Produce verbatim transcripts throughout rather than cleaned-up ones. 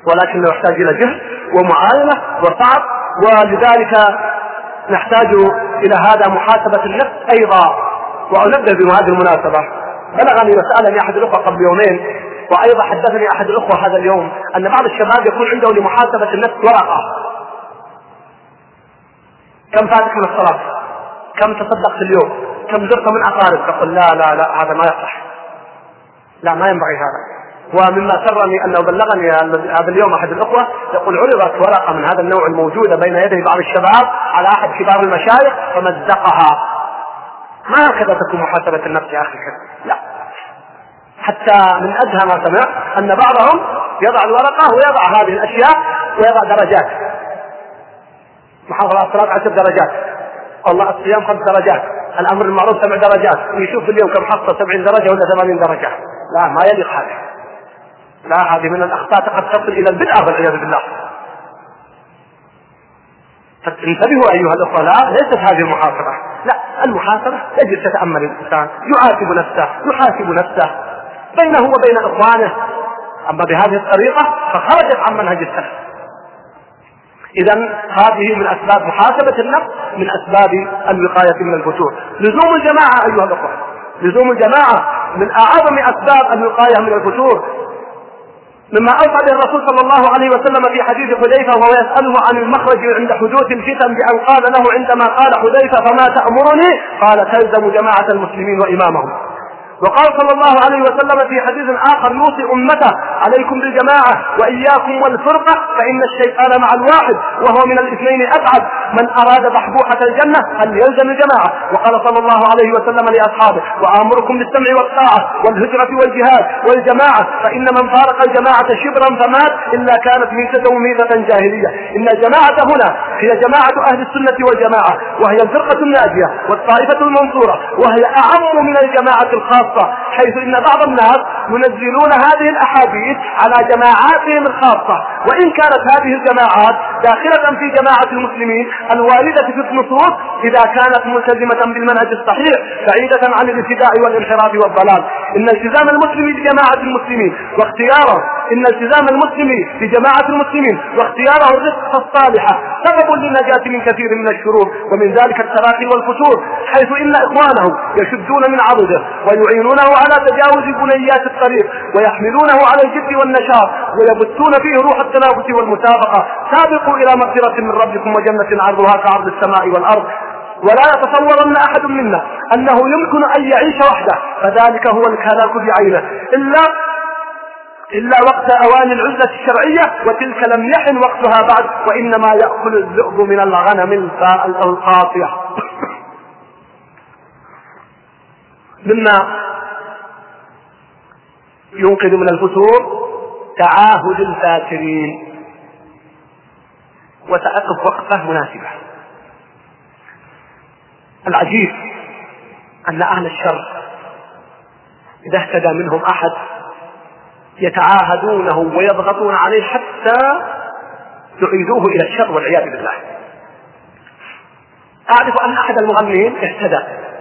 ولكنه يحتاج إلى جهد ومعاينة وصعب، ولذلك نحتاج إلى هذا محاسبة النفس أيضا. وأنبه بهذه المناسبة، بلغني مسألة من أحد الأخوة قبل يومين، وأيضا حدثني أحد الأخوة هذا اليوم، أن بعض الشباب يكون عنده لمحاسبة النفس ورقة: كم فاتك من الصلاة؟ كم تصدق في اليوم؟ كم زرت من أقارب؟ تقول لا لا لا هذا ما يصح، لا ما ينبغي هذا. ومما سرني أنه بلغني هذا اليوم أحد الأخوة يقول عرضت ورقة من هذا النوع الموجودة بين يدي بعض الشباب على أحد كبار المشايخ فمزقها. ما هكذا تكون محاسبة النفس يا أخي، لا. حتى من أدهى ما سمع أن بعضهم يضع الورقة ويضع هذه الأشياء ويضع درجات: محافظة الصلاة عشر درجات، الله الصيام خمس درجات، الأمر المعروف سبع درجات، ويشوف اليوم كم حصل سبعين درجة ولا ثمانين درجة. لا، ما يليق هذا، لا، هذه من الأخطاء قد تصل إلى البدعة والعياذ بالله. فانتبهوا أيها الأخوة، لا ليست هذه المحاسبة، لا، المحاسبة يجب تتأمل الإنسان، يعاتب نفسه، يحاسب نفسه بينه وبين إخوانه. أما بهذه الطريقة فخرجت عن منهج السلف. إذن هذه من أسباب محاسبة النفس، من أسباب الوقاية من الفتور. لزوم الجماعة أيها الأخوة، لزوم الجماعة من أعظم أسباب الوقاية من الفتور، مما أوصى به الرسول صلى الله عليه وسلم في حديث حذيفة وهو يسأله عن المخرج عند حدوث الفتن بأن قال له عندما قال حذيفة: فما تأمرني؟ قال: تلزم جماعة المسلمين وإمامهم. وقال صلى الله عليه وسلم في حديث آخر: يوصي أمته عليكم بالجماعة وإياكم والفرقة فإن الشيطان مع الواحد وهو من الاثنين أبعد، من أراد بحبوحة الجنة فليلزم الجماعة. وقال صلى الله عليه وسلم لأصحابه: وآمركم بالسمع والطاعة والهجرة والجهاد والجماعة، فإن من فارق الجماعة شبرا فمات إلا كانت ميتته ميتة جاهلية. إن الجماعة هنا هي جماعة أهل السنة والجماعة، وهي الفرقة الناجية والطائفة المنصورة، وهي أعم من الجماعة الخاصة، حيث إن بعض الناس ينزلون هذه الأحاديث على جماعاتهم الخاصة، وإن كانت هذه الجماعات داخلة في جماعة المسلمين الواردة في النصوص إذا كانت ملتزمة بالمنهج الصحيح بعيدة عن الابتداع والانحراف والضلال. إن التزام المسلم بجماعة المسلمين واختياره إن التزام المسلم بجماعة المسلمين واختياره الرفقة الصالحة سبب للنجاة من كثير من الشرور، ومن ذلك التراخي والفتور، حيث إن إخوانه يشدون من عضده ويعينونه على تجاوز بنيات الطريق ويحملونه على الجد والنشاط ويبثون فيه روح التنافس والمسابقة. سابقوا إلى مغفرة من ربكم وجنة عرضها كعرض السماء والأرض. ولا يتصورن أحد منا أنه يمكن أن يعيش وحده، فذلك هو الهلاك بعينه، إلا إلا وقت أوان العزلة الشرعية، وتلك لم يحن وقتها بعد، وإنما يأكل الذئب من الغنم القاطعة. مما ينقذ من الفتور تعاهد الفاترين. وتأقف وقفة مناسبة. العجيب أن أهل الشر إذا اهتدى منهم أحد يتعاهدونه ويضغطون عليه حتى يعيدوه إلى الشر والعياذ بالله. أعرف أن أحد المغنين اهتدى،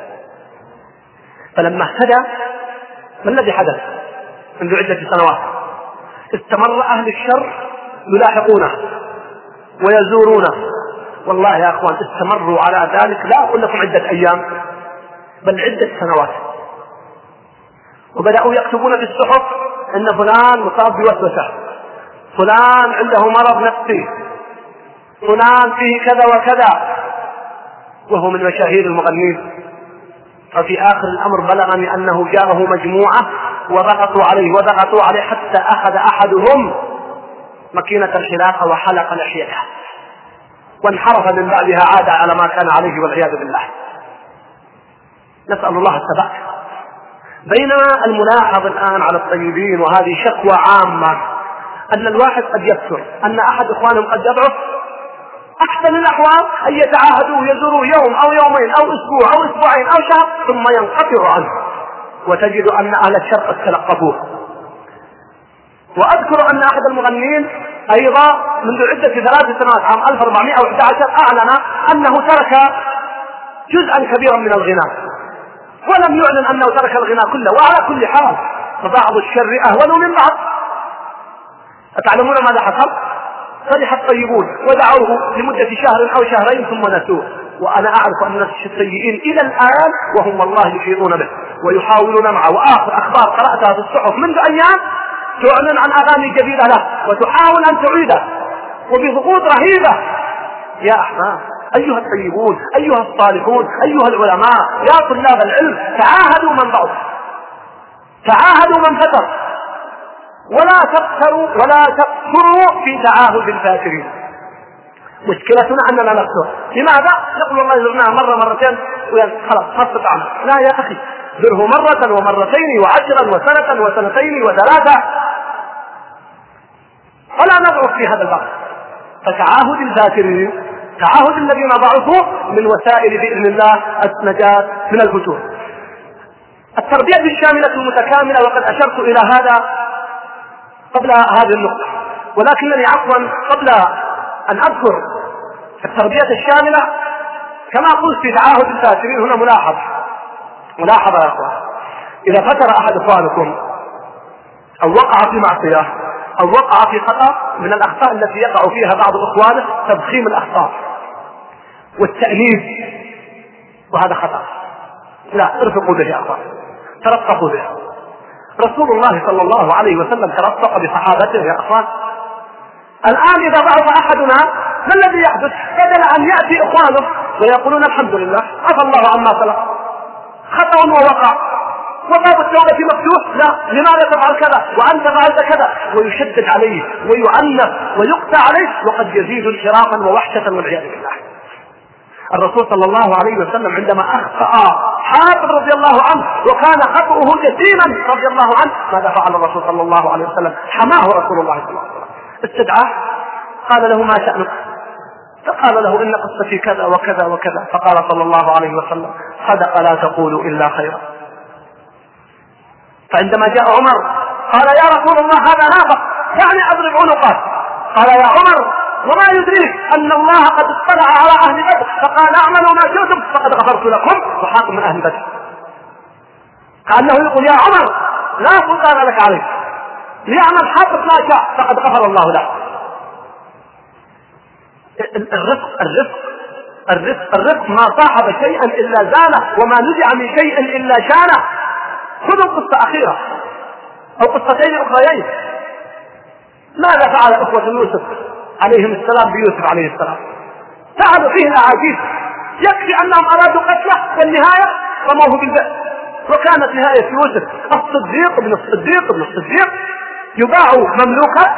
فلما اهتدى ما الذي حدث؟ منذ عدة سنوات استمر أهل الشر يلاحقونه ويزورونه. والله يا أخوان استمروا على ذلك، لا أقول لكم عدة أيام بل عدة سنوات، وبدأوا يكتبون في الصحف أن فلان مصاب بوسوسة، فلان عنده مرض نفسي، فلان فيه كذا وكذا، وهو من مشاهير المغنين. ففي آخر الأمر بلغني أنه جاءه مجموعة وضغطوا عليه وضغطوا عليه حتى أخذ أحدهم مكينة الحلاقة وحلق لحيته وانحرف من بعدها عاد على ما كان عليه والعياذ بالله. نسأل الله الثبات. بينما الملاحظ الآن على الطيبين، وهذه شكوى عامة، أن الواحد قد يكثر، أن أحد إخوانهم قد يضعف، أحسن الأحوال أن يتعاهدوا يزوروا يوم أو يومين أو أسبوع أو أسبوعين أو شهر ثم ينقطع عنه، وتجد أن أهل الشرق قد تلقفوه. وأذكر أن أحد المغنين أيضا منذ عدة ثلاث سنوات عام ألف وأربعمائة وأحد عشر أعلن أنه ترك جزءا كبيرا من الغناء، ولم يعلن أنه ترك الغناء كله. وعلى كل حال فبعض الشر أهون من بعض، أتعلمون ماذا حصل؟ فرح الطيبون ودعوه لمدة شهر أو شهرين ثم نسوه. وأنا أعرف أن السيئين إلى الآن وهم والله يحيطون به ويحاولون معه. وآخر أخبار قرأتها في الصحف منذ أيام تعلن عن أغاني جديدة له وتحاول أن تعيده وبضغوط رهيبة. يا أحباب أيها الطيبون أيها الصالحون أيها العلماء يا طلاب العلم، تعاهدوا من ضعف، تعاهدوا من فتر، ولا تقصروا ولا تقصروا في تعاهد الفاكرين. مشكلتنا أننا نقصر. لماذا؟ نقول الله زرناها مرة مرتين خلاص ما استطعنا. لا يا أخي، زره مرة ومرتين وعشرا وسنة وسنتين وثلاثة، ولا نضعف في هذا الباب. فتعاهد الذاكرين، تعاهد الذين ضعفوا من وسائل بإذن الله النجاة من الفتور. التربية الشاملة المتكاملة، وقد أشرت إلى هذا قبل هذه النقطة، ولكنني عفوا قبل أن أذكر التربية الشاملة كما قلت في تعاهد الذاكرين هنا ملاحظة ملاحظة يا أخوان. إذا فتر أحد إخوانكم أو وقع في معصية أو وقع في خطأ من الأخطاء التي يقع فيها بعض إخوانه، تضخيم الأخطاء والتأنيب، وهذا خطأ. لا، ارفقوا به يا أخوان، ترفقوا به. رسول الله صلى الله عليه وسلم ترفق بصحابته يا أخوان. الآن إذا ضعف أحدنا ما الذي يحدث؟ بدل أن يأتي إخوانه ويقولون الحمد لله عفى الله عما سلف، خطأ ووقع وباب التوبة مفتوح، لا، لماذا تفعل كذا وأنت فعلت كذا، ويشدد عليه ويعنف ويقسى عليه، وقد يزيد انحرافا ووحشة والعياذ بالله. الرسول صلى الله عليه وسلم عندما أخطأ حاتم رضي الله عنه وكان خطأه جسيما رضي الله عنه، ماذا فعل الرسول صلى الله عليه وسلم؟ حماه رسول الله صلى الله عليه وسلم، استدعاه قال له ما شأنك؟ فقال له إن قصتي كذا وكذا وكذا. فقال صلى الله عليه وسلم صدق لا تقولوا إلا خيرا. فعندما جاء عمر قال يا رسول الله هذا نافق، يعني أضرب عنقه. قال يا عمر وما يدريك أن الله قد اطلع على أهل بدر فقال اعملوا ما شئتم فقد غفرت لكم. وحاكم من أهل بدر كأنه يقول يا عمر لا سلطان لك عليه، ليعمل حاطب ما شاء فقد غفر الله له. الرفق الرفق الرفق الرفق ما صاحب شيئا إلا زانه، وما نزع من شيء إلا شانه. خذوا قصة أخيرة أو قصتين أخريين. ماذا فعل أخوة يوسف عليهم السلام بيوسف عليه السلام؟ فعلوا فيه الأعاجيب، يكفي أنهم أرادوا قتله والنهاية رموه بالبئر. وكانت نهاية يوسف الصديق ابن الصديق ابن الصديق يباع مملوكا،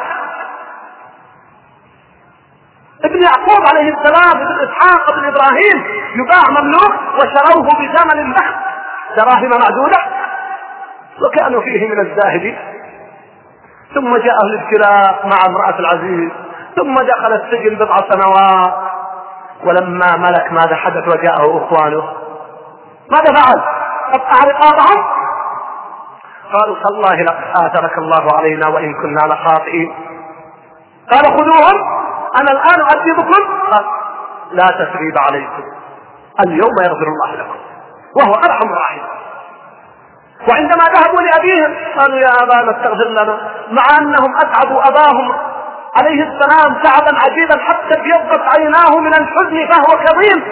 ابن يعقوب عليه السلام ابن إسحاق ابن إبراهيم يباع مملوك وشروه بثمن بخس دراهم معدودة، وكانوا فيه من الزاهدين. ثم جاء الابتلاء مع امرأة العزيز، ثم دخل السجن بضع سنوات. ولما ملك ماذا حدث وجاءه اخوانه ماذا فعل؟ قطع رقابهم، قالوا تالله لقد آثرك الله علينا وإن كنا لخاطئين. قال خذوهم أنا الآن أعذبكم. قال لا تثريب عليكم اليوم يغفر الله لكم وهو أرحم الراحمين. وعندما ذهبوا لأبيهم قالوا يا أبانا استغفر لنا، مع أنهم أتعبوا أباهم عليه السلام تعبا عجيبا حتى ابيضت عيناه من الحزن فهو كظيم.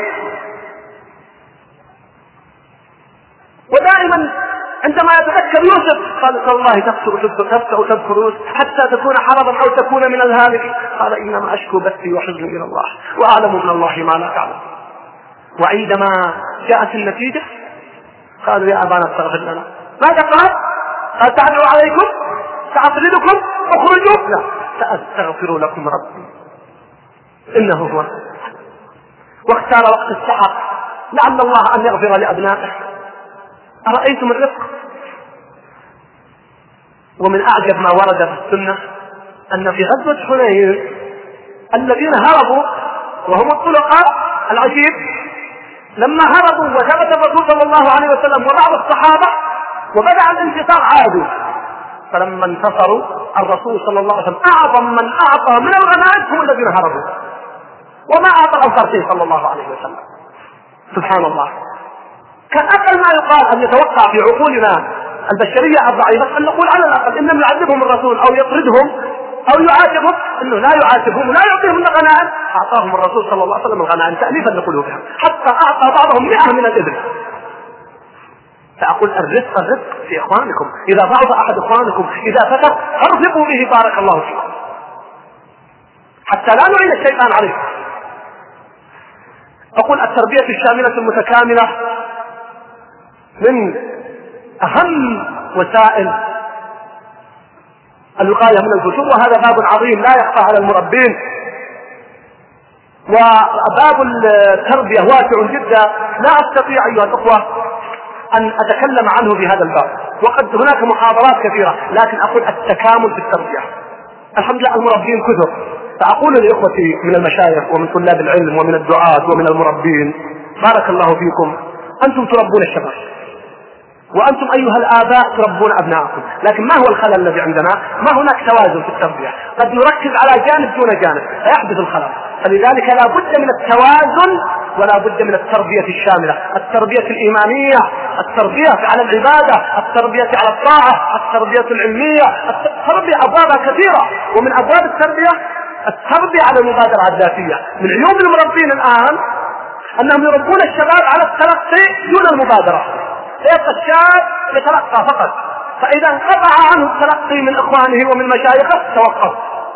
ودائما عندما يتذكر يوسف قال تالله تكسر تبكى وتذكر يوسف حتى تكون حرضا أو تكون من الهالك. قال إنما أشكو بثي وحزني إلى الله وأعلم من الله ما لا تعلم. وعندما جاءت النتيجة قالوا يا أبانا استغفر لنا. ماذا قال؟ قال تعالوا عليكم سأطردكم اخرجوا. لا، سأستغفر لكم ربي إنه هو. واختار وقت السحر لعل الله أن يغفر لأبنائه. أرأيتم الرفق؟ ومن أعجب ما ورد في السنة أن في غزوة حنين الذين هربوا وهم الطلقاء العجيب لما هربوا وثبت الرسول صلى الله عليه وسلم وبعض الصحابة وبدأ الانتصار عادوا، فلما انتصروا الرسول صلى الله عليه وسلم أعظم من أعطى من الغنائم هم الذين هربوا، وما أعطى الأنصار صلى الله عليه وسلم. سبحان الله. كان أقل ما يقال أن يتوقع في عقولنا البشرية الضعيفة أن نقول على الأقل إن نعذبهم الرسول أو يطردهم أو يعاتبهم أنه لا يعاتبهم ولا يعطيهم الغنائم، أعطاهم الرسول صلى الله عليه وسلم الغنائم تأليفا لقلوبهم، حتى أعطى بعضهم مئة من الإبل. فأقول الرزق الرزق في إخوانكم، إذا ضعف أحد إخوانكم إذا فتح فارزقوا به بارك الله فيكم، حتى لا نعين الشيطان عليه. أقول التربية الشاملة المتكاملة من أهم وسائل الوقاية من الفتور، وهذا باب عظيم لا يخفى على المربين، وباب التربية واسع جدا لا أستطيع أيها الأخوة أن أتكلم عنه في هذا الباب، وقد هناك محاضرات كثيرة، لكن أقول التكامل في التربية. الحمد لله المربين كثر، فأقول لإخوتي من المشايخ ومن طلاب العلم ومن الدعاة ومن المربين بارك الله فيكم، أنتم تربون الشباب، وأنتم أيها الآباء تربون أبنائكم، لكن ما هو الخلل الذي عندنا؟ ما هناك توازن في التربية، قد نركز على جانب دون جانب فيحدث الخلل. فلذلك لا بد من التوازن ولا بد من التربية الشاملة، التربية الإيمانية، التربية على العبادة، التربية على الطاعة، التربية العلمية، التربية أبوابها كثيرة، ومن أبواب التربية التربية على المبادرة الذاتية. من عيوب المربين الآن أنهم يربون الشباب على التلقي دون المبادرة، فيبقى الشاب يتلقى فقط، فإذا انقطع عنه التلقي من إخوانه ومن مشايخه توقف،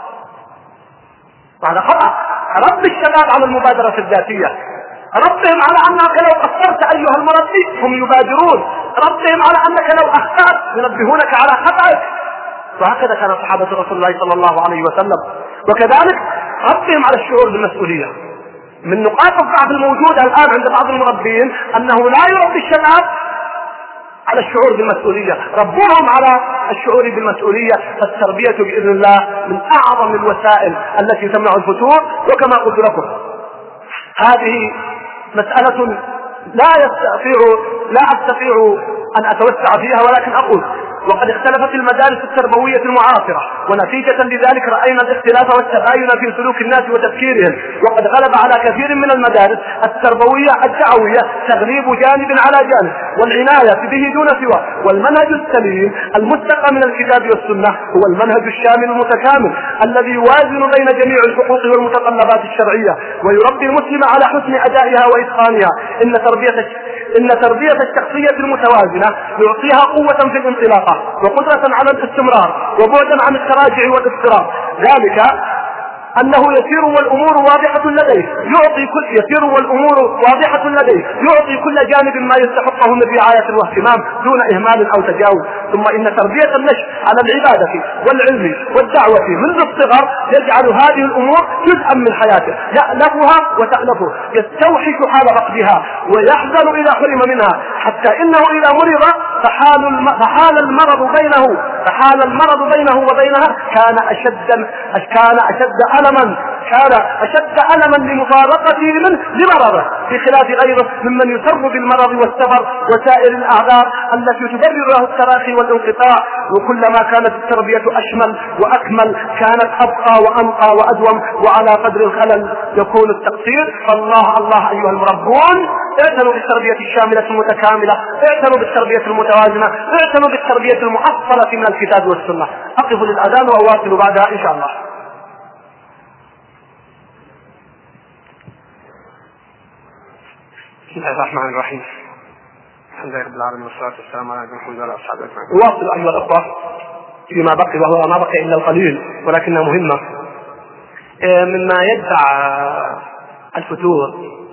وهذا خطأ. رب الشباب على المبادرة الذاتية، ربهم على أنك لو قصرت أيها المربي هم يبادرون، ربهم على أنك لو أخطأت ينبهونك على خطأك، وهكذا كان صحابة رسول الله صلى الله عليه وسلم. وكذلك ربهم على الشعور بالمسؤولية. من نقاط الضعف الموجودة الآن عند بعض المربين أنه لا يربي الشباب على الشعور بالمسؤولية، ربهم على الشعور بالمسؤولية. فالتربية بإذن الله من أعظم الوسائل التي تمنع الفتور، وكما قلت لكم هذه مسألة لا يستطيع لا أستطيع أن أتوسع فيها، ولكن أقول وقد اختلفت المدارس التربوية المعاصرة، ونتيجة لذلك رأينا الاختلاف والتباين في سلوك الناس وتفكيرهم، وقد غلب على كثير من المدارس التربوية الدعوية تغليب جانب على جانب، والعناية به دون سوى. والمنهج السليم المستقى من الكتاب والسنة هو المنهج الشامل المتكامل الذي يوازن بين جميع الحقوق والمتطلبات الشرعية، ويربي المسلم على حسن أدائها وإتقانها. إن تربية إن تربية الشخصية المتوازنة يعطيها قوة في الانطلاقة وقدرة على الاستمرار وبعدا عن التراجع والاضطراب، ذلك أنه يسير والأمور واضحة لديه، يعطي كل يسير والأمور واضحة لديه يعطي كل جانب ما يستحقه من رعاية واهتمام دون إهمال أو تجاوز. ثم إن تربية النشء على العبادة والعلم والدعوة منذ الصغر يجعل هذه الأمور جزءا من حياته، يألفها وتألفه، يستوحش حال فقدها ويحزن إذا حرم منها، حتى إنه إذا مرض فحال الم... فحال المرض بينه فحال المرض بينه وبينها كان أشد كان أشد ألما كان أشد ألما لمفارقته منه لمرضه، بخلاف غيره ممن يسر بالمرض والسفر وسائر الأعذار التي تبرر له التراخي والانقطاع. وكلما كانت التربية أشمل وأكمل كانت أبقى وأنقى وأدوم، وعلى قدر الخلل يكون التقصير. فالله الله أيها المربون اعتنوا بالتربية الشاملة المتكاملة، اعتنوا بالتربية المتوازنة، اعتنوا بالتربية المحصلة من الكتاب والسنة. أقف للأذان وأواصل بعدها إن شاء الله. بسم الله الرحمن الرحيم، الحمد لله رب العالمين والصلاة والسلام على نبينا محمد وعلى آله وصحبه أجمعين. أواصل أيها الأخوة فيما بقي، وهو ما بقي إلا القليل ولكنها مهمة. مما يدفع الفتور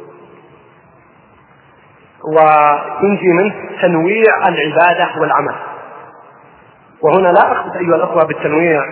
وينجي منه تنويع العبادة والعمل، وهنا لا أقصد أيها الأخوة بالتنويع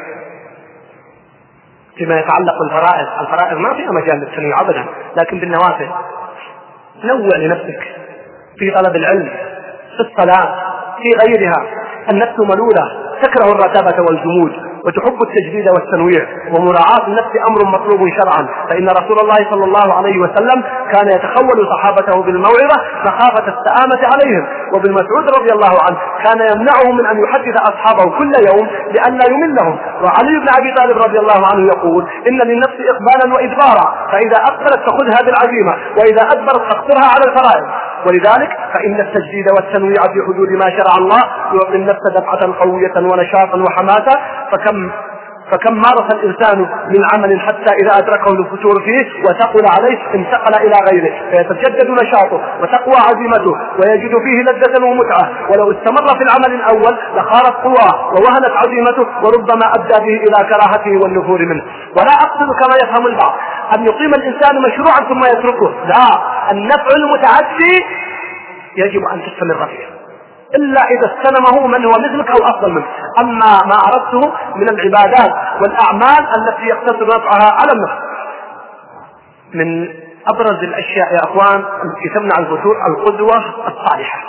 فيما يتعلق بالفرائض، الفرائض ما فيها مجال للتنويع أبدا، لكن بالنوافل نوع لنفسك في طلب العلم، في الصلاة، في غيرها. النفس ملولة تكره الرتابة والجمود وتحب التجديد والتنويع، ومراعاة النفس أمر مطلوب شرعا، فإن رسول الله صلى الله عليه وسلم كان يتخول صحابته بالموعظة مخافة السآمة عليهم. وابن مسعود رضي الله عنه كان يمنعه من أن يحدث أصحابه كل يوم لئلا يملهم. وعلي بن أبي طالب رضي الله عنه يقول إن للنفس إقبالا وإدبارا، فإذا أقبلت فخذها بالعزيمة، وإذا أدبرت فاقصرها على الفرائض. ولذلك فإن التجديد والتنويع في حدود ما شرع الله يعطي النفس دفعة قوية ونشاطا وحماسة. فكم فكم مارس الإنسان من عمل حتى إذا أدركه الفتور فيه وثقل عليه انتقل إلى غيره فيتجدد نشاطه وتقوى عزيمته ويجد فيه لذة ومتعة، ولو استمر في العمل الأول لخارت قواه ووهنت عزيمته وربما أدى به إلى كراهته والنفور منه. ولا أقصد كما يفهم البعض أن يقيم الإنسان مشروعا ثم يتركه، لا، النفع المتعدي يجب أن تستمر فيه إلا إذا استلمه من هو مثلك أو أفضل منك. أما ما عرفته من العبادات والأعمال التي يقتصر نفعها على النفس، من أبرز الأشياء يا أخوان التي تمنع الفتور القدوة الصالحة.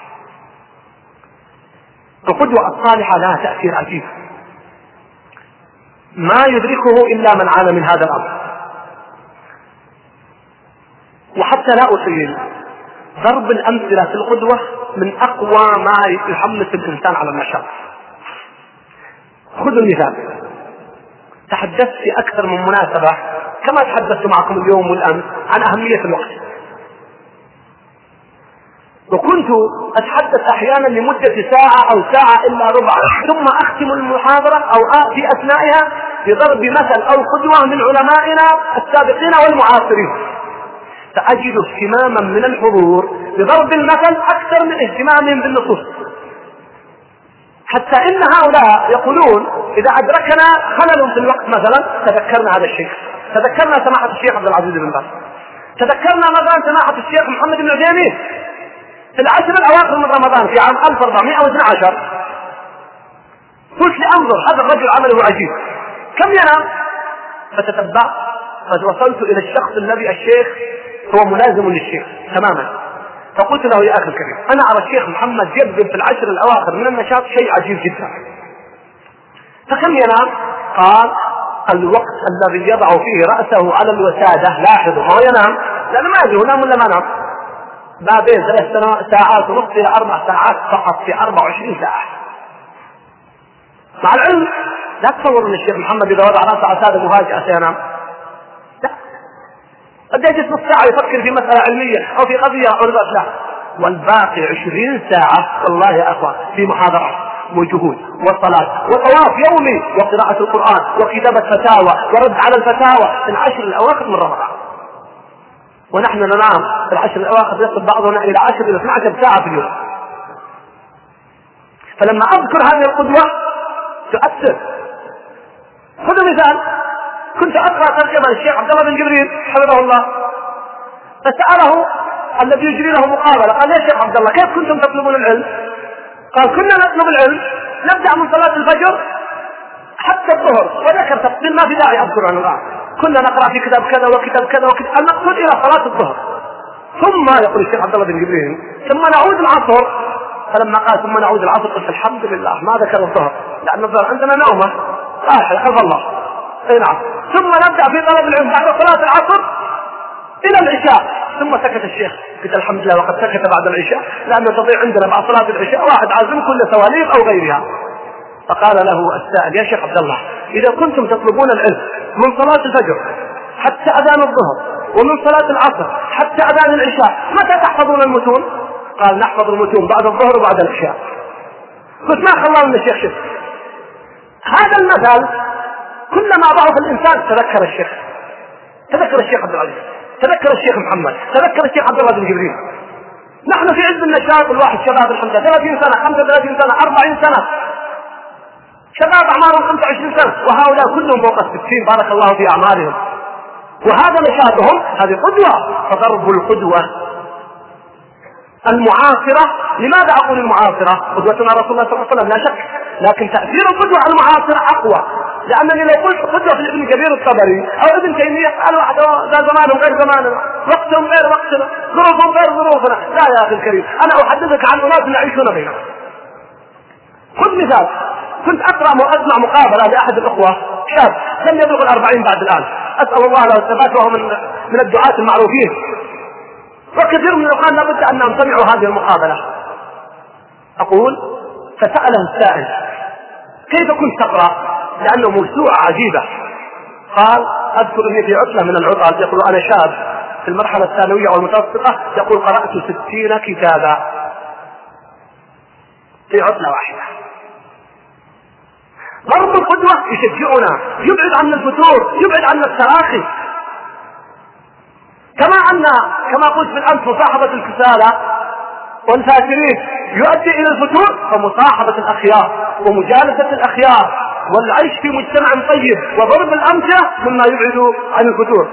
القدوة الصالحة لها تأثير عجيب ما يدركه إلا من عانى من هذا الأمر. وحتى لا أطيل، ضرب الأمثلة في القدوة من أقوى ما يحمس الإنسان على النشاط. خذوا المثال، تحدثت في أكثر من مناسبة كما تحدثت معكم اليوم والأمس عن أهمية الوقت، وكنت أتحدث أحيانا لمدة ساعة أو ساعة إلا ربع، ثم أختم المحاضرة أو آتي أثنائها بضرب مثل أو قدوة من علمائنا السابقين والمعاصرين، فأجد اهتماما من الحضور بضرب المثل أكثر من اهتمامهم بالنصوص، حتى إن هؤلاء يقولون إذا أدركنا خلل في الوقت مثلا تذكرنا هذا الشيخ، تذكرنا سماحة الشيخ عبد العزيز بن باز، تذكرنا مثلا سماحة الشيخ محمد بن عثيمين في العشر الأواخر من رمضان في عام ألف وأربعمائة واثني عشر. قلت لأنظر هذا الرجل عمله عجيب، كم ينام؟ فتتبعت فوصلت إلى الشخص الذي الشيخ هو ملازم للشيخ تماما، فقلت له يا أخي الكريم أنا أرى الشيخ محمد يبذل في العشر الأواخر من النشاط شيء عجيب جدا، فكم ينام؟ قال الوقت الذي يضع فيه رأسه على الوسادة، لاحظوا ما هو ينام لأنه ما يدري نام ولا ما نام، ما بين ثلاث ساعات ونصف إلى أربع ساعات فقط في أربع وعشرين ساعة. مع العلم لا تصور أن الشيخ محمد إذا وضع رأسه على سادة مفاجأة سينام، لا، قد يجلس نصف ساعة يفكر في مسألة علمية أو في قضية عرضت له، والباقي عشرين ساعة والله يا أخوان في محاضرات وجهود وصلاة وطواف يومي وقراءة القرآن وكتابة فتاوى ورد على الفتاوى في العشر الأواخر من رمضان، ونحن ننام في العشر الأواخر يصل بعضنا إلى عشر إلى اثنتي عشرة ساعة في اليوم. فلما أذكر هذه القدوة تؤثر. خذوا مثال، كنت أقرأ ترجمة الشيخ عبد الله بن جبريل حفظه الله، فسأله الذي يجري له مقابلة قال يا شيخ عبد الله كيف كنتم تطلبون العلم؟ قال كنا نطلب العلم نبدأ من صلاة الفجر حتى الظهر، وذكر تفصيل ما في داعي أذكر عنه الآن، كنا نقرأ في كتاب كذا وكتاب كذا وكتاب، المقصود إلى صلاة الظهر، ثم يقول الشيخ عبد الله بن جبريل ثم نعود العصر، فلما قال ثم نعود العصر قلت الحمد لله ما ذكر الظهر لأن الظهر عندنا نومة راحة حفظ الله. اي نعم. ثم نبدأ في طلب العلم بعد صلاة العصر إلى العشاء، ثم سكت الشيخ قلت الحمد لله وقد سكت بعد العشاء لأنه تضيع عندنا بعد صلاة العشاء واحد عازم كل سواليف أو غيرها. فقال له السائل يا شيخ عبد الله إذا كنتم تطلبون العلم من صلاة الفجر حتى أذان الظهر ومن صلاة العصر حتى أذان العشاء متى تحفظون المتون؟ قال نحفظ المتون بعد الظهر وبعد العشاء. قلت ما خلاه من الشيخ شف هذا المثل، كلما ضعف الإنسان تذكر الشيخ، تذكر الشيخ عبد العزيز، تذكر الشيخ محمد، تذكر الشيخ عبد الله بن جبريل. نحن في عز النشاط والواحد شباب الحمد لله ثلاثين سنة خمسة وثلاثين سنة أربعين سنة، شباب أعمارهم خمسة وعشرين سنة، وهؤلاء كلهم فوق الستين بارك الله في أعمالهم، وهذا نشاطهم، هذه قدوة. فضرب القدوة المعاصرة، لماذا أقول المعاصرة؟ قدوتنا رسول الله صلى الله عليه وسلم لا شك، لكن تأثير القدوة المعاصرة أقوى، لأنني لو قلت قدوة في ابن كبير الطبري أو ابن تيمية قال واحد ذا زمانهم غير زماننا، وقتهم غير وقتنا، ظروفهم غير ظروفنا، لا يا أخي الكريم أنا أحدثك عن أناس يعيشون بيننا. خذ مثال، كنت أقرأ وأسمع مقابلة لأحد الأخوة شاب لم يبلغ الأربعين بعد الآن، أسأل الله له الثبات وهو من من الدعاة المعروفين، وكثير من الأخوان لابد أنهم سمعوا هذه المقابلة. أقول فسأله السائل كيف كنت تقرأ؟ لأنه موسوعة عجيبة. قال أذكر أني في عطلة من العطل، يقول أنا شاب في المرحلة الثانوية والمتوسطة، يقول قرأت ستين كتابا في عطلة واحدة. ضرب القدوة يشجعنا، يبعد عن الفتور، يبعد عن التراخي. كما أن كما قلت بالأمس مصاحبة الكسالى والفاكرين يؤدي إلى الفتور، فمصاحبة الأخيار ومجالسة الأخيار والعيش في مجتمع طيب وضرب الأمثلة مما يبعد عن الفتور.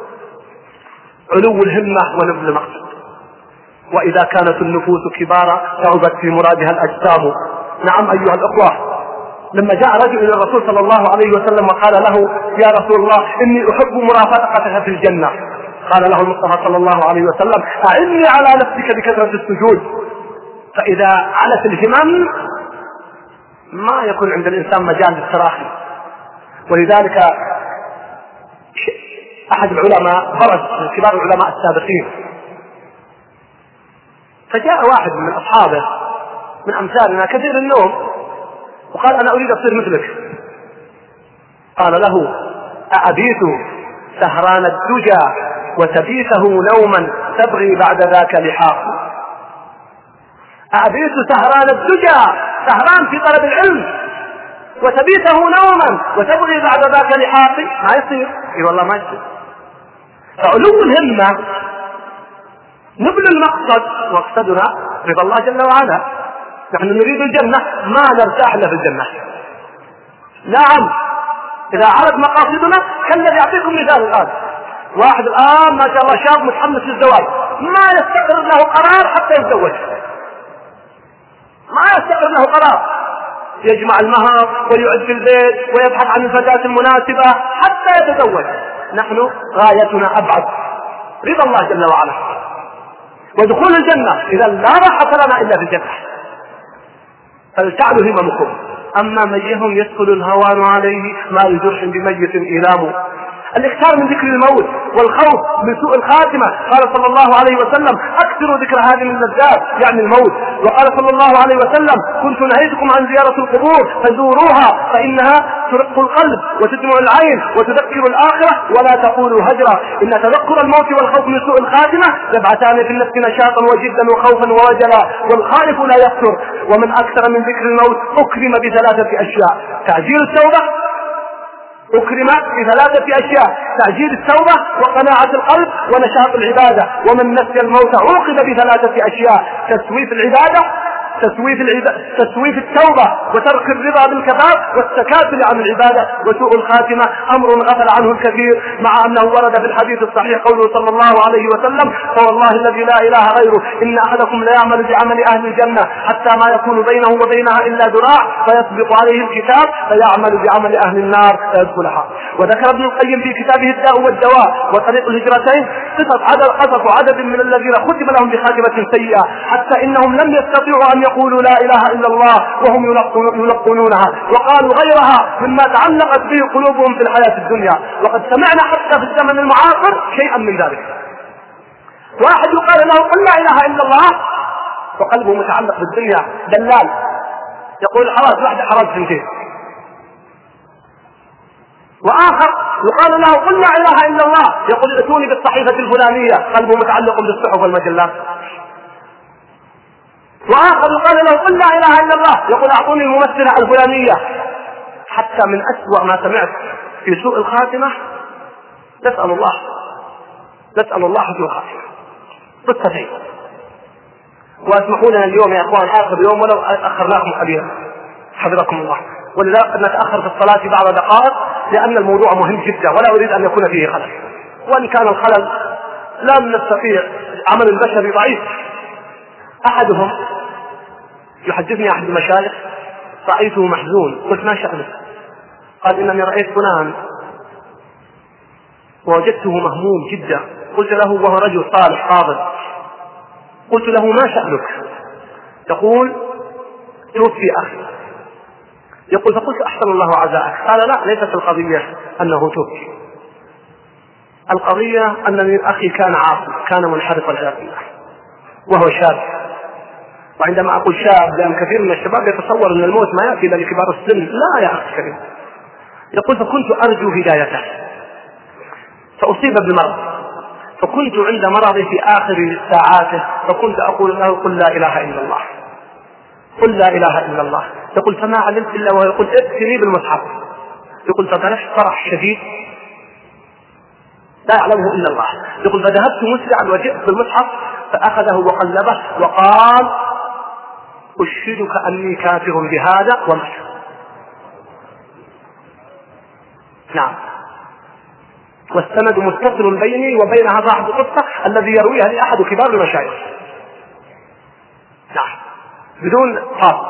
علو الهمة ونبذ المقصد. وإذا كانت النفوس كبارا تعبت في مرادها الأجسام. نعم أيها الأخوة، لما جاء رجل إلى الرسول صلى الله عليه وسلم وقال له يا رسول الله إني أحب مرافقتك في الجنة، قال له المصطفى صلى الله عليه وسلم أعني على نفسك بكثرة السجود. فإذا علت الهمم ما يكون عند الإنسان مجال للتراخي. ولذلك أحد العلماء برز من كبار العلماء السابقين، فجاء واحد من أصحابه من أمثالنا كثير النوم وقال أنا أريد أصير مثلك. قال له أأبيت سهران الدجى وتبيته نوما تبغي بعد ذاك لحاق. أأبيت سهران الدجى، سهران في طلب العلم، وتبيته نوما وتبغي بعد ذاك لحاق، ما يصير. اي والله ما يصير. فعلو الهمة نبل المقصد، مقصدنا رضا الله جل وعلا. نحن نريد الجنة، ما نرتاح الا في الجنة. نعم إذا عرض مقاصدنا كالذي يعطيكم مثال الآن، واحد الآن ما شاء الله شاب متحمس للزواج، ما يستقر له قرار حتى يتزوج، ما يستقر له قرار، يجمع المهر ويعد في البيت ويبحث عن الفتاة المناسبة حتى يتزوج. نحن غايتنا أبعد، رضا الله جل وعلا ودخول الجنة. إذا لا راحة لنا إلا في الجنة، فلتعلوا هممكم. أما من يهم يدخل الهوان عليه ما لجرح بميت إيلام. الاكثار من ذكر الموت والخوف من سوء الخاتمة. قال صلى الله عليه وسلم اكثروا ذكر هذه اللذات يعني الموت. وقال صلى الله عليه وسلم كنت نهيتكم عن زيارة القبور فزوروها فإنها ترق القلب وتدمع العين وتذكر الآخرة ولا تقولوا هجرا. إن تذكر الموت والخوف من سوء الخاتمة يبعثان في النفس نشاطا وجدا وخوفا ووجلا، والخائف لا يكثر. ومن أكثر من ذكر الموت أكرم بثلاثة أشياء: تعجيل التوبة، أكرم بثلاثة أشياء: تعجيل التوبة وقناعة القلب ونشاط العبادة. ومن نسي الموت عوقب بثلاثة أشياء: تسويف العبادة، تسويف, العبادة تسويف التوبة وترك الرضا بالكباب والتكاسل عن العبادة. وسوء الخاتمة أمر غفل عنه الكثير، مع أنه ورد في الحديث الصحيح قوله صلى الله عليه وسلم فوالله الذي لا إله غيره إن أحدكم ليعمل بعمل أهل الجنة حتى ما يكون بينه وبينها إلا ذراع فيسبق عليه الكتاب فيعمل بعمل أهل النار فيدخلها. وذكر ابن القيم في كتابه الداء والدواء وطريق الهجرتين صفة عدد قصف عدد من الذين ختم لهم بخاتمة سيئة حتى إنهم لم يستطيعوا أن يقولوا لا إله إلا الله وهم يلقنونها، وقالوا غيرها مما تعلقت به قلوبهم في الحياة الدنيا. وقد سمعنا حتى في الزمن المعاصر شيئا من ذلك. واحد يقال له قل لا إله إلا الله وقلبه متعلق بالدنيا، دلال يقول خلاص واحدة حرام سنتين. وآخر يقال له قل لا إله إلا الله يقول ائتوني بالصحيفة الفلانية، قلبه متعلق بالصحف والمجلات. وآخر يقال له قل لا إله إلا الله يقول أعطوني الممثلة الفلانية. حتى من أسوأ ما سمعت في سوء الخاتمة نسأل الله نسأل الله حسن الخاتمة. قصتين واسمحوا لنا اليوم يا أخوان آخر يوم ولو أخرناكم قليلا حفظكم الله، ولذلك قد نتأخر في الصلاة بعض دقائق لأن الموضوع مهم جدا ولا أريد أن يكون فيه خلل. وإن كان الخلل لم نستطيع، عمل البشري ضعيف. أحدهم يحدثني أحد المشايخ رأيته محزون، قلت ما شأنه؟ قال إنني رأيت فلان ووجدته مهموم جدا. قلت له وهو رجل صالح فاضل، قلت له ما شأنك؟ يقول توفي أخي. يقول فقلت أحسن الله عزاءك. قال لا، ليست القضية أنه توفي، القضية أن أخي كان عاصي، كان منحرف والعياذ بالله وهو شاب. وعندما أقول شاب لأن كثير من الشباب يتصور أن الموت ما يأتي إلا لكبار السن، لا يا أخي كريم. يقول فكنت أرجو هدايته فأصيب بالمرض، فكنت عند مرضي في آخر ساعاته فكنت أقول له قل لا إله إلا الله قل لا إله إلا الله. يقول فما علمت إلا وهو يقول ائتني بالمصحف. يقول فبلشت فرح شديد لا يعلمه إلا الله. يقول فذهبت مسرعا وجئت بالمصحف فأخذه وقلبه وقال أشهدك أني كافر بهذا ومات. نعم. والسند متصل بيني وبينها صاحب القصة الذي يرويها لي أحد كبار المشايخ. نعم بدون قاط.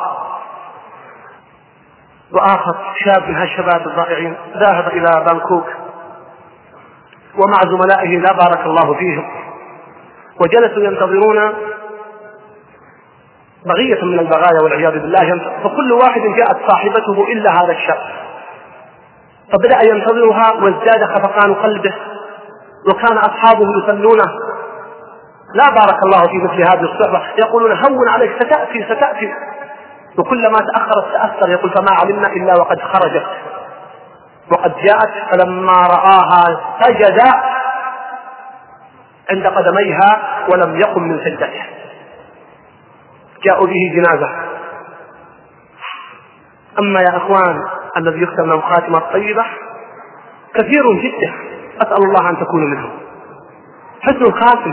وآخر شاب من هالشباب الضائعين ذهب إلى بانكوك ومع زملائه لا بارك الله فيهم، وجلسوا ينتظرون بغية من البغايا والعياذ بالله، فكل واحد جاءت صاحبته إلا هذا الشاب، فبدأ ينتظرها وازداد خفقان قلبه، وكان أصحابه يصلونه لا بارك الله في مثل هذه الصحبة، يقولون هون عليك ستأتي ستأتي، وكلما تأخرت تأثر. يقول فما علمنا إلا وقد خرجت وقد جاءت، فلما رآها سجد عند قدميها ولم يقم من سجدته. جاءوا به جنازة. أما يا أخوان الذي يختم لهم خاتمة طيبة كثير جدا، أسأل الله أن تكونوا منهم. حسن الخاتمة.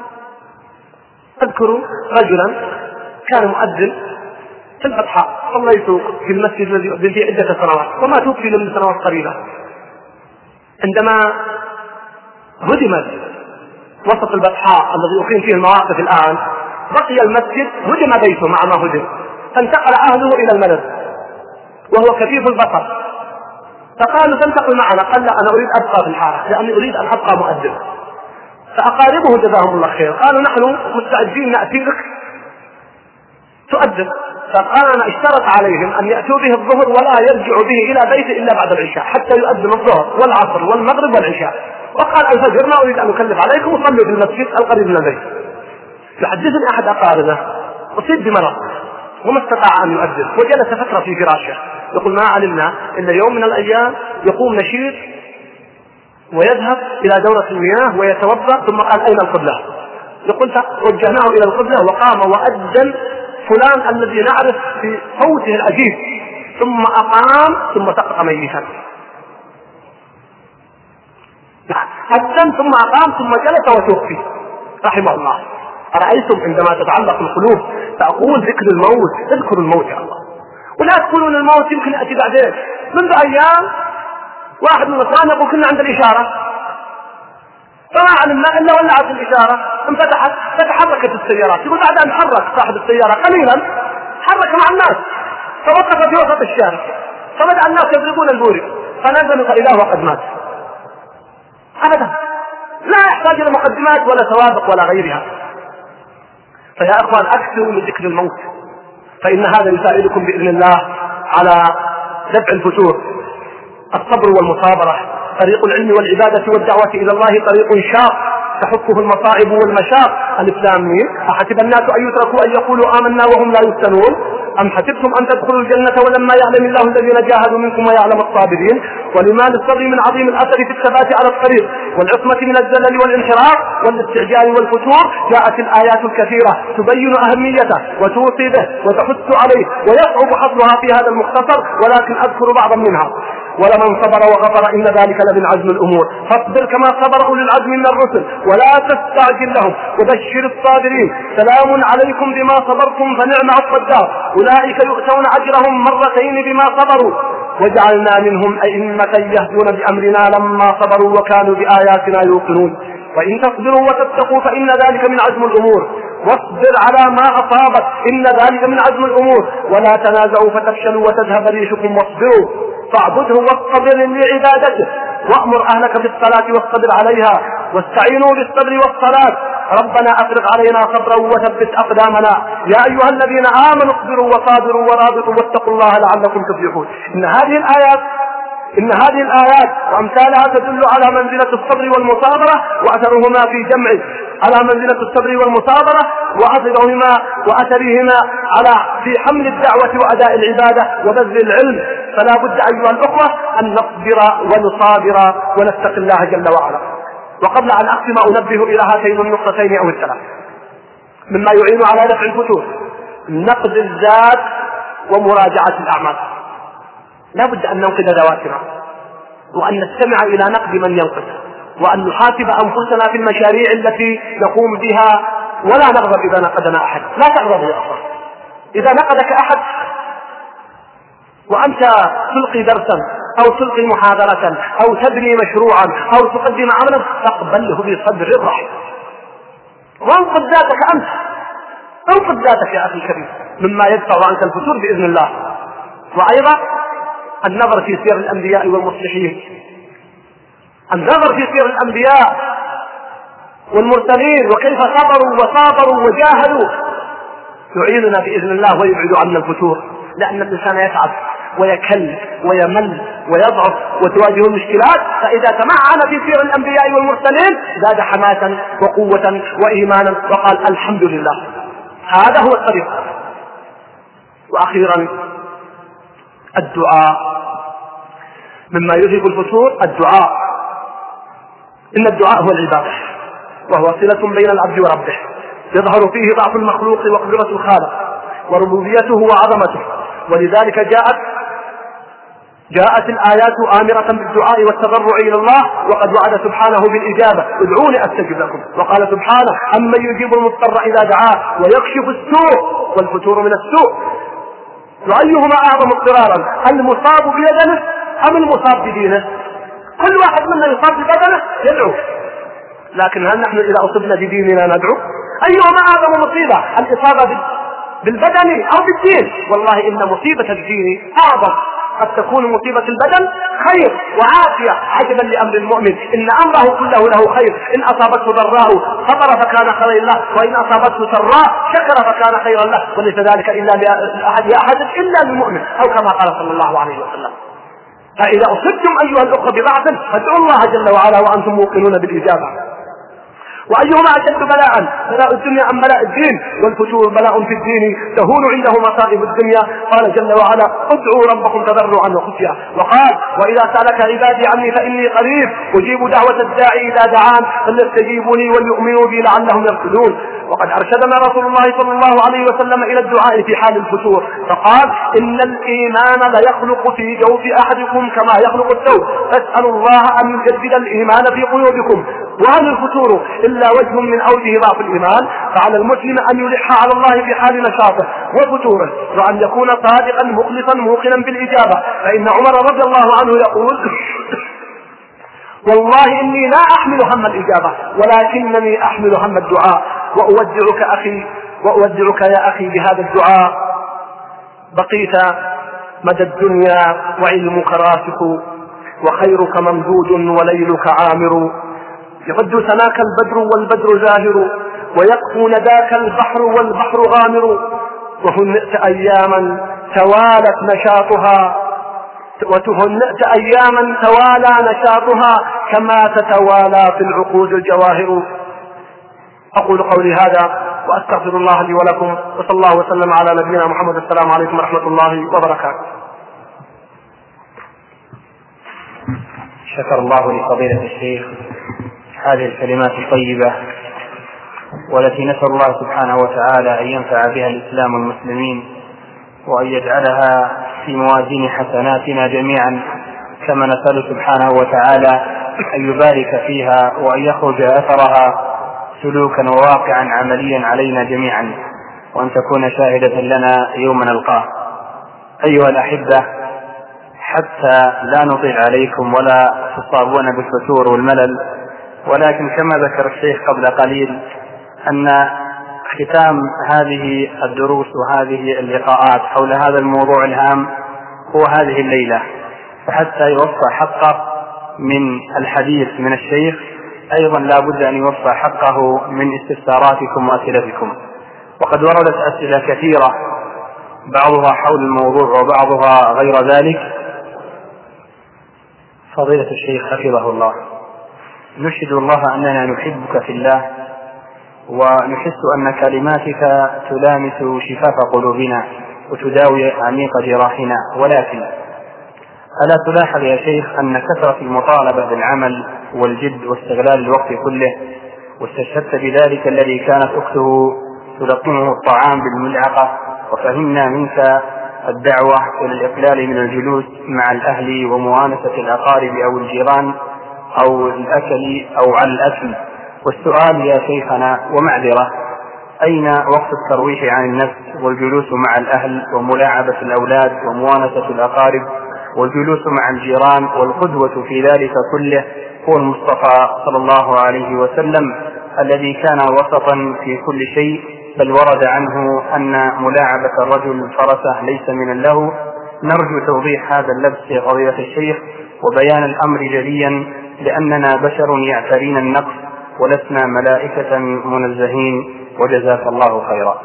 أذكر رجلا كان مؤذن في الفتحة، صليت في المسجد الذي فيه عدة سنوات وما توفي من سنوات قريبة، عندما هدمت وسط البطحاء الذي يقيم فيه المواقف الآن، بقي المسجد هدم بيته مع ما هدم، فانتقل أهله إلى الملد وهو كفيف البصر، فقالوا تنتقل معنا، قال لا أنا أريد أبقى في الحارة لأني أريد أن أبقى مؤذن. فأقاربه جزاهم الله خير قالوا نحن مستعدين نأتي لك تؤذن، فقال أنا اشترط عليهم أن يأتوا به الظهر ولا يرجعوا به إلى بيته إلا بعد العشاء حتى يؤذن الظهر والعصر والمغرب والعشاء، وقال الفجر ما أريد أن أكلف عليكم وصلوا في المسجد القريب من البيت. يحدثني أحد أقاربه أصيب بمرض وما استطاع أن يؤذن وجلس فترة في فراشه، يقول ما علمنا إلا يوم من الأيام يقوم نشيط ويذهب إلى دورة المياه ويتوضأ ثم قال أين القبلة؟ يقول وجهناه إلى القبلة وقام وأذن فلان الذي نعرف في صوته العجيب، ثم أقام ثم سقط ميتا. أذن ثم أقام ثم جلس وتوفي رحمه الله. أرأيتم عندما تتعلق القلوب فأقول ذكر الموت، اذكروا الموت يا الله، ولا تقولون الموت يمكن يأتي بعدين. منذ أيام واحد من الإخوان يقول كنا عند الإشارة فما علمنا إلا ولعت الإشارة انفتحت فتحركت السيارات، يقول بعد أن حرك صاحب السيارة قليلا حرك مع الناس فوقف في وسط الشارع، فبدأ الناس يضربون البوري فنزلوا فإذا وقد مات. أبدا لا يحتاج إلى مقدمات ولا سوابق ولا غيرها. فيا أخوان أكثروا من ذكر الموت، فإن هذا يساعدكم بإذن الله على دفع الفتور. الصبر والمصابرة طريق العلم والعبادة والدعوة إلى الله طريق شاق تحكه المصائب والمشاق. الإسلام أحسب الناس أن يتركوا أن يقولوا آمنا وهم لا يفتنون أم حسبتم أن تدخلوا الجنة ولما يعلم الله الذين جاهدوا منكم ويعلم الصابرين. ولما للصبر من عظيم الأثر في الثبات على الطريق والعصمة من الزلل والانحراف والاستعجال والفتور. جاءت الآيات الكثيرة تبين أهميته وتوصي به وتحث عليه، ويصعب حصرها في هذا المختصر ولكن أذكر بعضا منها. ولمن صبر وغفر إن ذلك لمن عزم الأمور، فاصبر كما صبر أولي العزم من الرسل ولا تستعجل لهم وبشر الصابرين. سلام عليكم بما صبرتم فنعم عقبى الدار، أولئك يؤتون أجرهم مرتين بما صبروا وجعلنا منهم أئمة يهدون بأمرنا لما صبروا وكانوا بآياتنا يوقنون. وإن تصبروا وتتقوا فإن ذلك من عزم الأمور، واصبر على ما أصابك إن ذلك من عزم الأمور. ولا تنازعوا فتفشلوا وتذهب ريحكم واصبروا فاعبده واصطبر لعبادته وأمر أهلك بالصلاة واصطبر عليها واستعينوا بالصبر والصلاة. ربنا أفرغ علينا صبرا وثبت أقدامنا. يا أيها الذين آمنوا اصبروا وصابروا ورابطوا واتقوا الله لعلكم تفلحون. إن هذه الآيات إن هذه الآيات وأمثالها تدل على منزلة الصبر والمصابرة وأثرهما في جمع على منزلة الصبر والمصابرة وأثرهما وأثرهما على في حمل الدعوة وأداء العبادة وبذل العلم. فلا بد أيها الأخوة أن نصبر ونصابر ونتقي الله جل وعلا. وقبل أن أختم أنبه إلى هاتين النقطتين أو الثلاث مما يعين على دفع الفتور. نقد الذات ومراجعة الأعمال. لا بد أن ننقد ذواتنا، وأن نستمع إلى نقد من ينقد، وأن نحاسب أنفسنا في المشاريع التي نقوم بها، ولا نغضب إذا نقدنا أحد. لا تغضب يا أخوان إذا نقدك أحد وأنت تلقي درسا أو تلقي محاضرة أو تبني مشروعا أو تقدم عملا، فاقبله بصدر رحب وانقد ذاتك أنت، انقد ذاتك يا أخي الكريم، مما يدفع عنك الفتور بإذن الله. وأيضا النظر في سير الأنبياء والمصلحين، النظر في سير الأنبياء والمرسلين وكيف صبروا وصابروا وجاهدوا يعيننا بإذن الله ويبعد عنا الفتور، لأن الإنسان يتعب ويكل ويمل ويضعف وتواجهه المشكلات، فإذا تمعن في سير الأنبياء والمرسلين زاد حماسا وقوة وإيمانا وقال الحمد لله. هذا هو الطريق. وأخيرا الدعاء، مما يذهب الفتور الدعاء. إن الدعاء هو العبادة، وهو صلة بين العبد وربه، يظهر فيه ضعف المخلوق وقدرة الخالق وربوبيته وعظمته. ولذلك جاءت جاءت الآيات آمرة بالدعاء والتضرع إلى الله، وقد وعد سبحانه بالإجابة: ادعوني أستجب لكم. وقال سبحانه: أمن يجيب المضطر إذا دعاه ويكشف السوء والفتور من السوء. وأيهما أعظم اضطرارا، المصاب ببدنه أم المصاب بدينه؟ كل واحد منا يصاب ببدنه يدعو، لكن هل نحن إذا أصبنا بديننا ندعو؟ أيهما أعظم مصيبة، الإصابة بالبدن أو بالدين؟ والله إن مصيبة الدين أعظم. قد تكون مصيبة البدن خير وعافية، عجبا لأمر المؤمن إن أمره كله له خير، إن أصابته ضراء صبر فكان خيرا له، وإن أصابته سراء شكر فكان خيرا له، وليس ذلك إلا لأحد أحد إلا للمؤمن، أو كما قال صلى الله عليه وسلم. فإذا أصبتم أيها الأخوة بضعف فادعوا الله جل وعلا وأنتم موقنون بالإجابة. وأيهما أشد بلاء، بلاء الدنيا أم بلاء الدين؟ والفتور بلاء في الدين تهون عنده مصائب الدنيا. قال جل وعلا: ادعوا ربكم تضرعا وخفيا. وقال: وإذا سألك عبادي عني فإني قريب أجيب دعوة الداعي إذا دعان فليستجيبوا لي وليؤمنوا بي لعلهم يرشدون. وقد أرشدنا رسول الله صلى الله عليه وسلم إلى الدعاء في حال الفتور، فقال: إن الإيمان ليخلق في جوف أحدكم كما يخلق الثوب، فاسألوا الله أن يجدد الإيمان في قلوبكم. وهل الفتور إلا وجه من أوجه ضعف الإيمان؟ فعلى المسلم أن يلح على الله في حال نشاطه وفتوره، وأن يكون صادقا مخلصا موقنا بالإجابة. فإن عمر رضي الله عنه يقول: والله إني لا أحمل هم الإجابة ولكنني أحمل هم الدعاء. وأودعك أخي وأودعك يا أخي بهذا الدعاء: بقيت مدى الدنيا وعلمك راسخ، وخيرك ممدود وليلك عامر، يغد سناك البدر والبدر زاهر، ويقفو نداك البحر والبحر غامر، وهنئت أياما توالت نشاطها وتهنئت أياما توالى نشاطها كما تتوالى في العقود الجواهر. أقول قولي هذا وأستغفر الله لي ولكم، وصلى الله وسلم على نبينا محمد. السلام عليكم ورحمة الله وبركاته. شكر الله لفضيلة الشيخ هذه الكلمات الطيبة، والتي نسأل الله سبحانه وتعالى أن ينفع بها الإسلام والمسلمين، وأن يجعلها في موازين حسناتنا جميعا، كما نسأل سبحانه وتعالى أن يبارك فيها وأن يخرج أثرها سلوكا وواقعا عمليا علينا جميعا، وأن تكون شاهدة لنا يوم نلقاه. أيها الأحبة، حتى لا نطيل عليكم ولا تصابون بالفتور والملل، ولكن كما ذكر الشيخ قبل قليل أن ختام هذه الدروس وهذه اللقاءات حول هذا الموضوع الهام هو هذه الليلة، فحتى يوفى حقه من الحديث من الشيخ أيضا لا بد أن يوفى حقه من استفساراتكم وأسئلتكم. وقد وردت أسئلة كثيرة، بعضها حول الموضوع وبعضها غير ذلك. فضيلة الشيخ حفظه الله، نشهد الله أننا نحبك في الله، ونحس أن كلماتك تلامس شفاف قلوبنا وتداوي عميق جراحنا، ولكن ألا تلاحظ يا شيخ أن كثرة المطالبة بالعمل والجد واستغلال الوقت كله، واستشهدت بذلك الذي كانت أخته تلقنه الطعام بالملعقة وفهمنا منك الدعوة إلى الإقلال من الجلوس مع الأهل ومؤانسة الأقارب أو الجيران أو الأكل أو على الأكل. والسؤال يا شيخنا ومعذرة، أين وقت الترويح عن النفس والجلوس مع الأهل وملاعبة الأولاد ومؤانسة الأقارب والجلوس مع الجيران؟ والقدوة في ذلك كله هو المصطفى صلى الله عليه وسلم الذي كان وسطا في كل شيء، بل ورد عنه أن ملاعبة الرجل فرسه ليس من اللهو. نرجو توضيح هذا اللبس يا فضيلة الشيخ وبيان الأمر جليا، لأننا بشر يعترين النقص ولسنا ملائكة منزهين، وجزاك الله خيرا.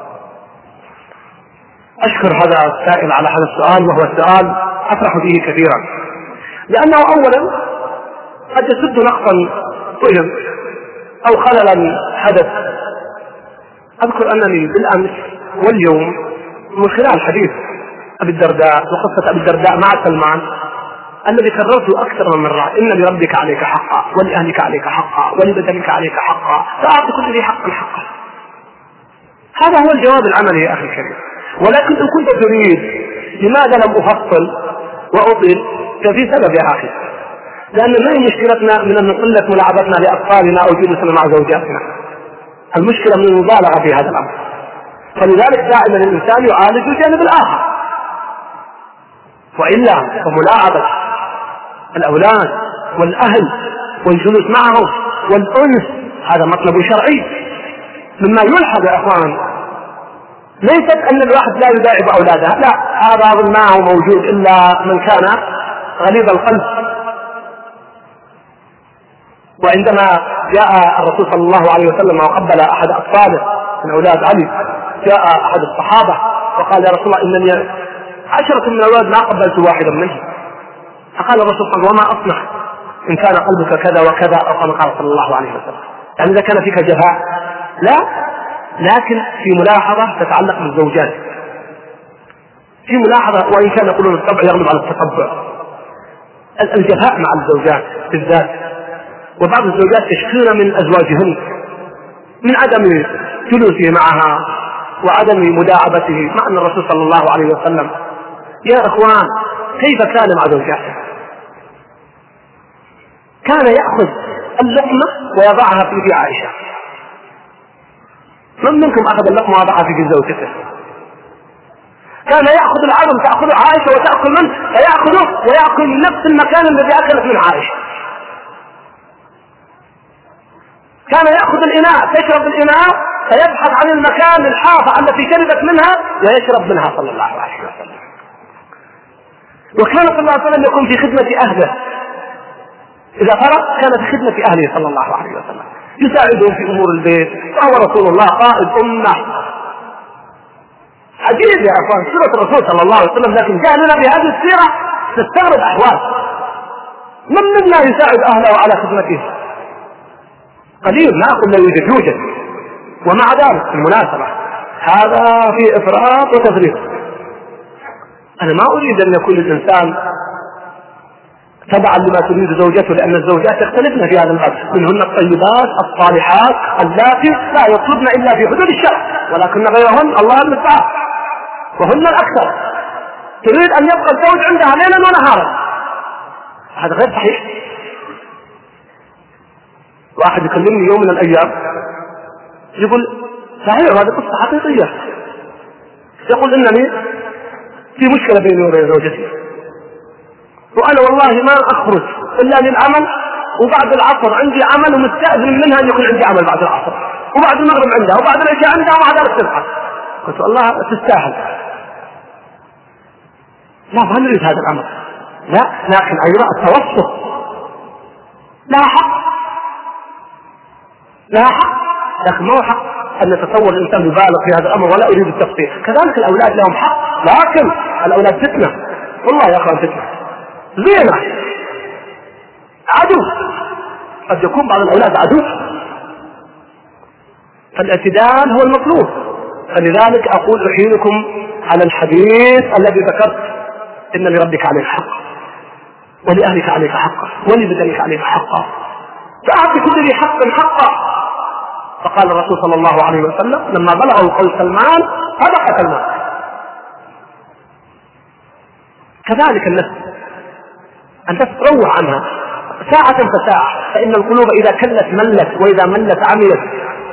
أشكر هذا السائل على هذا السؤال، وهو السؤال أفرح به كثيرا، لأنه أولا قد يسد نقصا طيب أو خللا حدث. أذكر أنني بالأمس واليوم من خلال حديث أبي الدرداء وقصة أبي الدرداء مع سلمان الذي كررته أكثر من مرة: إن لربك عليك حقا ولأهلك عليك حقا ولبدنك عليك حقا فأعطي كل ذي حق حقا. هذا هو الجواب العملي يا أخي الكريم. ولكن إن كنت تريد لماذا لم أفصل وأطيل، ففي سبب يا أخي، لأن ما هي مشكلتنا من أن قلة ملاعبتنا لأطفالنا أو جلوسنا مع زوجاتنا، المشكلة من المبالغة في هذا الأمر. فلذلك دائما الإنسان يعالج الجانب الآخر، وإلا فملاعبة الأولاد والأهل والجلوس معهم والأنس هذا مطلب شرعي مما يلحظ يا أخوان. ليست أن الواحد لا يداعب أولاده، لا، هذا أظن ما هو موجود إلا من كان غليظ القلب. وعندما جاء الرسول صلى الله عليه وسلم وقبل أحد أطفاله من أولاد علي، جاء أحد الصحابة وقال: يا رسول الله إنني عشرة من الأولاد ما قبلت واحدا منهم. فقال الرسول صلى الله عليه وسلم: وما أصنع إن كان قلبك كذا وكذا، أو كما قال صلى الله عليه وسلم. يعني إذا كان فيك جفاء لا، لكن في ملاحظة تتعلق بالزوجات، في ملاحظة، وإن كان يقولون الطبع يغلب على التطبع، الجفاء مع الزوجات بالذات. وبعض الزوجات تشكين من أزواجهن من عدم جلوسه معها وعدم مداعبته، مع أن الرسول صلى الله عليه وسلم يا إخوان كيف كان مع زوجاته؟ كان يأخذ اللقمة ويضعها في يد عائشة. من منكم أخذ اللقمة وضعها في يد زوجته؟ كان يأخذ العظم تأخذه عائشة وتأكل منه، فيأخذه ويأكل من نفس المكان الذي أكلت من عائشة. كان يأخذ الإناء تشرب الإناء فيبحث عن المكان الحافة التي شربت منها ويشرب منها صلى الله عليه وسلم. وكان صلى الله عليه وسلم يكون في خدمة أهله، إذا فرغ كان في خدمة أهله صلى الله عليه وسلم، يساعدهم في أمور البيت، وهو رسول الله قائد أمة. عجيب يا أخوان سيرة الرسول صلى الله عليه وسلم، لكن جاءنا بهذه السيرة تستغرب أحوال. من منا يساعد أهله على خدمته؟ قليل، ما أقول لا يوجد، يوجد. ومع ذلك المناسبة هذا في إفراط وتفريط. أنا ما أريد أن يكون الإنسان تبعا لما تريد زوجته، لأن الزوجات يختلفن في هذا الباب، منهن الطيبات الصالحات اللاتي لا يطلبن إلا في حدود الشرع، ولكن غيرهن الله المستعان وهن الأكثر. تريد أن يبقى الزوج عندها ليلا ونهارا، هذا غير صحيح. واحد يكلمني يوم من الأيام يقول: صحيح هذه قصة حقيقية، يقول إنني في مشكلة بيني وبين زوجتي، وأنا والله ما أخرج إلا للعمل، وبعد العصر عندي عمل ومستأذن منها أن يكون عندي عمل بعد العصر، وبعد المغرب عندها، وبعد العشاء عندها، ومع ذلك تضحك. قلت: والله تستاهل، لا ما نريد هذا الأمر، لا، لكن أيضا التوسط لا حق، لا حق، لكن ما هو حق أن نتصور الإنسان يبالغ في هذا الأمر، ولا أريد التفصيل. كذلك الأولاد لهم حق، لكن الأولاد فتنة، والله يا أخوان فتنة زينة، عدو، قد يكون بعض الأولاد عدو، فالاعتدال هو المطلوب. فلذلك أقول أحيلكم على الحديث الذي ذكرت: إن لربك عليك حقا ولأهلك عليك حقا ولبدنك عليك حقا فأعطي كل ذي حق حقا. فقال الرسول صلى الله عليه وسلم لما بلغه قول سلمان: صدق سلمان، كذلك النفس أنت تروح عنها ساعة فساعة، فإن القلوب إذا كلت ملت، وإذا ملت عملت،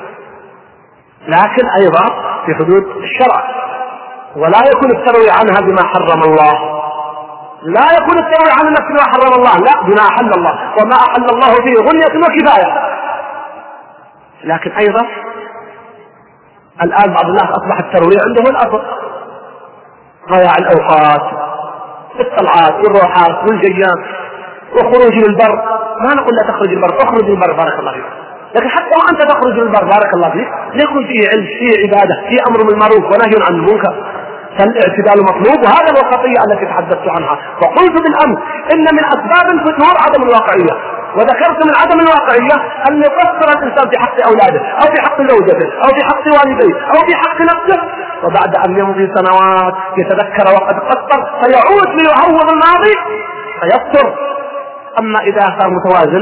لكن أيضا في حدود الشرع، ولا يكون التروي عنها بما حرم الله، لا يكون التروي عن النفس بما حرم الله، لا، بما أحل الله، وما أحل الله فيه غنية وكفاية. لكن أيضا الآن بعض الناس أصبح التروي عنده الأصل، ضياع الأوقات، الطلعات والروحات والجيام وخروج للبر. ما نقول لا تخرج البر، اخرج للبر بارك الله فيك، لكن حتى وأنت تخرج للبر بارك الله فيك ليكون فيه علم، فيه عبادة، فيه أمر بالمعروف ونهي عن المنكر، فالاعتدال مطلوب. وهذا هو الخطيئة التي تحدثت عنها. وقلت بالأمس إن من أسباب الفتور عدم الواقعية، وذكرت من عدم الواقعية أن يقصر الإنسان في حق أولاده أو في حق زوجته أو في حق والديه أو في حق نفسه، وبعد أن يمضي سنوات يتذكر وقد قصر فيعود ليعوض الماضي فيقصر. أما إذا صار متوازن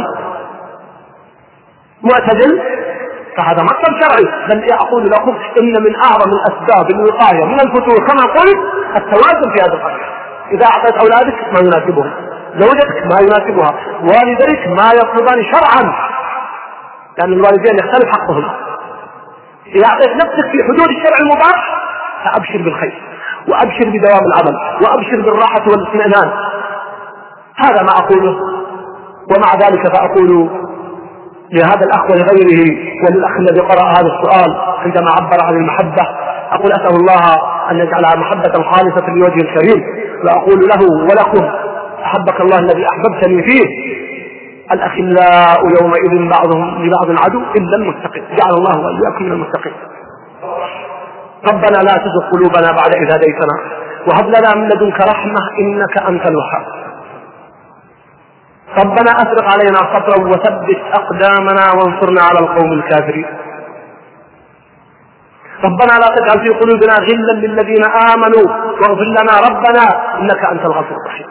معتدل فهذا مطلب شرعي. بل أقول لكم إن من أعظم الأسباب الوقاية من الفتور كما قلت التوازن في هذا القضية. إذا أعطيت أولادك ما يناسبهم، زوجتك ما يناسبها، والديك ما يطلبان شرعا، لأن الوالدين يختلف حقهم. إذا أعطيت نفسك في حدود الشرع المباح فأبشر بالخير، وأبشر بدوام العمل، وأبشر بالراحة والاطمئنان. هذا ما أقوله. ومع ذلك فأقول لهذا الأخ ولغيره وللأخ الذي قرأ هذا السؤال عندما عبر عن المحبة، أقول أسأل الله أن يجعلها محبة خالصة لوجه الكريم، وأقول له ولكم أحبك الله الذي أحببتني فيه. الأخلاء يومئذ بعضهم لبعض عدو إلا المتقين، جعل الله وإياكم من المتقين. ربنا لا تزغ قلوبنا بعد إذ هديتنا وهب لنا من لدنك رحمة إنك أنت الوهاب. ربنا أفرغ علينا صبرا وثبت أقدامنا وانصرنا على القوم الكافرين. ربنا لا تجعل في قلوبنا غلا للذين آمنوا واغفر لنا ربنا إنك أنت الغفور الرحيم.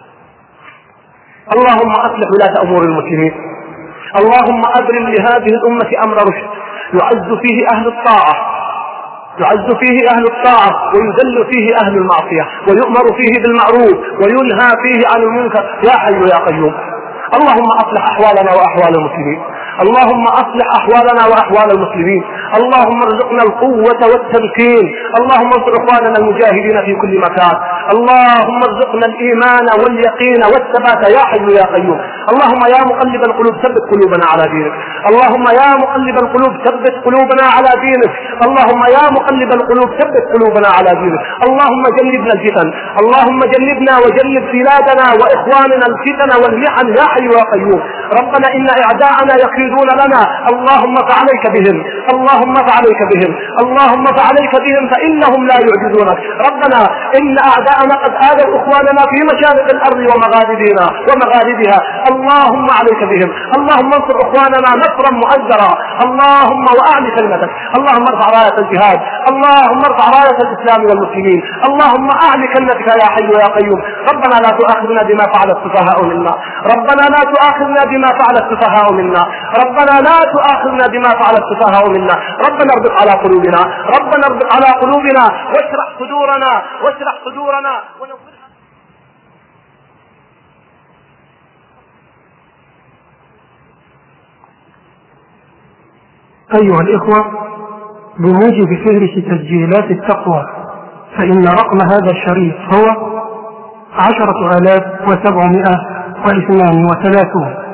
اللهم أصلح ولاة أمور المسلمين، اللهم أبرم لهذه الأمة أمر رشد يعز فيه أهل الطاعة يعز فيه أهل الطاعة ويذل فيه أهل المعصية، ويؤمر فيه بالمعروف وينهى فيه عن المنكر، يا حي يا قيوم. اللهم أصلح أحوالنا وأحوال المسلمين، اللهم أصلح أحوالنا وأحوال المسلمين، اللهم ارزقنا القوة والتمكين، اللهم انصر إخواننا المجاهدين في كل مكان، اللهم ارزقنا الإيمان واليقين والثبات يا حي يا قيوم. اللهم يا مقلب القلوب ثبت قلوبنا على دينك، اللهم يا مقلب القلوب ثبت قلوبنا على دينك، اللهم يا مقلب القلوب ثبت قلوبنا على دينك. اللهم جنبنا الفتن، اللهم جنبنا وجنب بلادنا وإخواننا الفتن والمحن يا حي يا قيوم. ربنا إن أعداءنا يكيدون لنا، اللهم فعليك بهم، اللهم فعليك بهم، اللهم فعليك بهم فإنهم لا يعجزونك. ربنا إن أعداءنا قد آذوا إخواننا في مشارق الأرض ومغاربنا ومغاربها، اللهم عليك بهم، اللهم انصر إخواننا نصرا مؤزرا، اللهم وأعلي كلمتك، اللهم ارفع راية الجهاد، اللهم ارفع راية الإسلام والمسلمين، اللهم أعلي كلمتك يا حي يا قيوم. ربنا لا تؤاخذنا بما فعل السفهاء منا، ربنا لا تؤاخذنا بما فعل السفهاء منا، ربنا لا تؤاخذنا بما فعل السفهاء منا. ربنا اربط على قلوبنا، ربنا اربط على قلوبنا واشرح صدورنا واشرح صدورنا ونصرها. أيها الإخوة، بموجب فهرس تسجيلات التقوى فإن رقم هذا الشريط هو عشرة آلاف وسبعمائة واثنان وثلاثون.